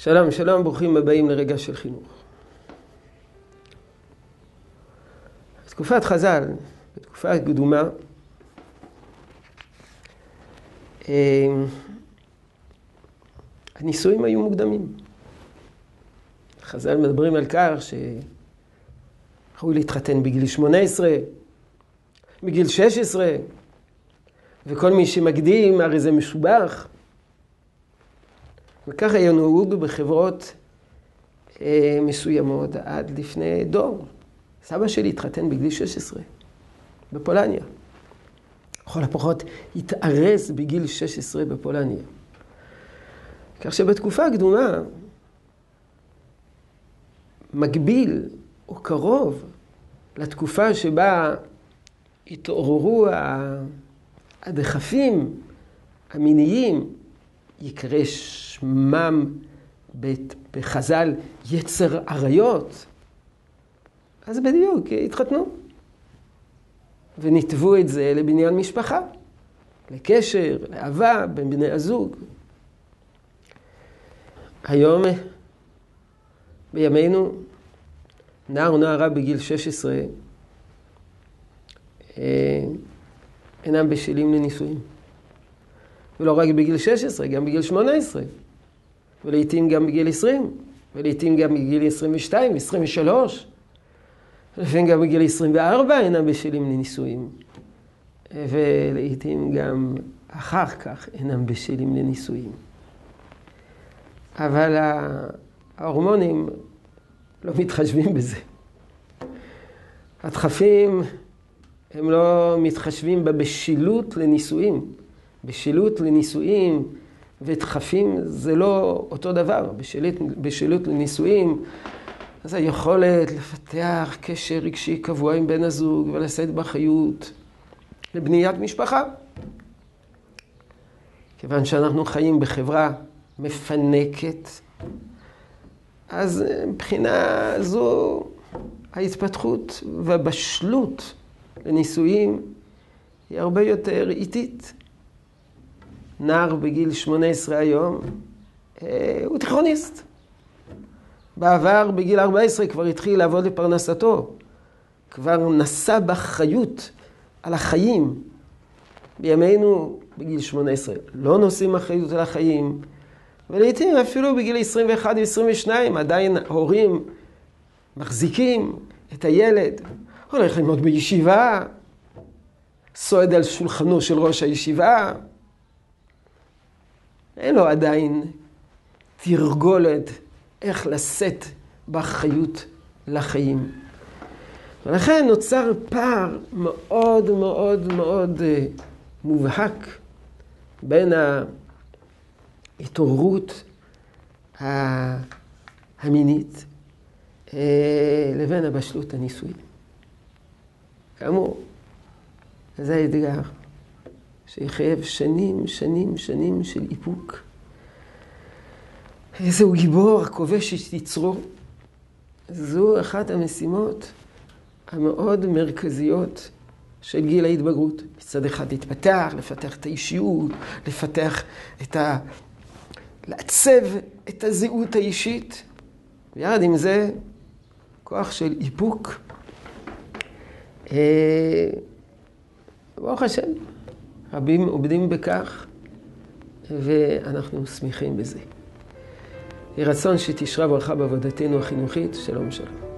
שלום, שלום, ברוכים הבאים לרגע של חינוך. בתקופת חז"ל, בתקופה קדומה, הנישואים היו מוקדמים. חז"ל מדברים על כך שראוי להתחתן בגיל 18, בגיל 16, וכל מי שמקדים הרי זה משובח. וכך היה נהוג בחברות מסוימות עד לפני דור. סבא שלי התחתן בגיל 16 בפולניה. לכל הפחות התארס בגיל 16 בפולניה. כך שבתקופה הקדומה, מקביל או קרוב לתקופה שבה התעוררו הדחפים המיניים, יקרא שמם בחז"ל יצר עריות, אז בדיוק התחתנו ונתבו את זה לבניין משפחה, לקשר, לאהבה בין בני הזוג. היום, בימינו, נער או נערה בגיל 16 אינם בשלים לנישואים. ולא רק בגיל 16, גם בגיל 18, ולעיתים גם בגיל 20, ולעיתים גם בגיל 22, 23, ולפעמים גם בגיל 24 אינם בשלים לנישואים, ולעיתים גם אחר כך אינם בשלים לנישואים. אבל ההורמונים לא מתחשבים בזה. הדחפים הם לא מתחשבים בבשילות לנישואים. בשילות לנישואים ודחפים זה לא אותו דבר. בשילות לנישואים, אז היכולת לפתח קשר רגשי קבוע עם בן הזוג ולשאת באחריות לבניית משפחה. כיוון שאנחנו חיים בחברה מפנקת, אז מבחינה זו ההתפתחות והבשלות לנישואים היא הרבה יותר איטית. נער בגיל 18 היום הוא תיכוניסט. בעבר בגיל 14 כבר התחיל לעבוד לפרנסתו. כבר נשא באחריות על החיים. בימינו בגיל 18 לא נושאים אחריות על החיים. ולעיתים אפילו בגיל 21 ו-22 עדיין ההורים מחזיקים את הילד. הולך ללמוד בישיבה, סועד על שולחנו של ראש הישיבה. אין לו עדיין תרגולת איך לשאת באחריות לחיים. ולכן נוצר פער מאוד מאוד מאוד מובהק בין ההתעוררות המינית לבין הבשלות הנישואית. כאמור, זה האתגר שיחייב שנים של איפוק. איזהו גיבור הכובש את יצרו. זו אחת המשימות המאוד מרכזיות של גיל ההתבגרות. מצד אחד להתפתח, לפתח את האישיות, לעצב את הזהות האישית. ויחד עם זה, כוח של איפוק. ברוך השם, רבים עובדים בכך, ואנחנו שמחים בזה. יהי רצון שתשרה ברכה בעבודתנו החינוכית. שלום שלום.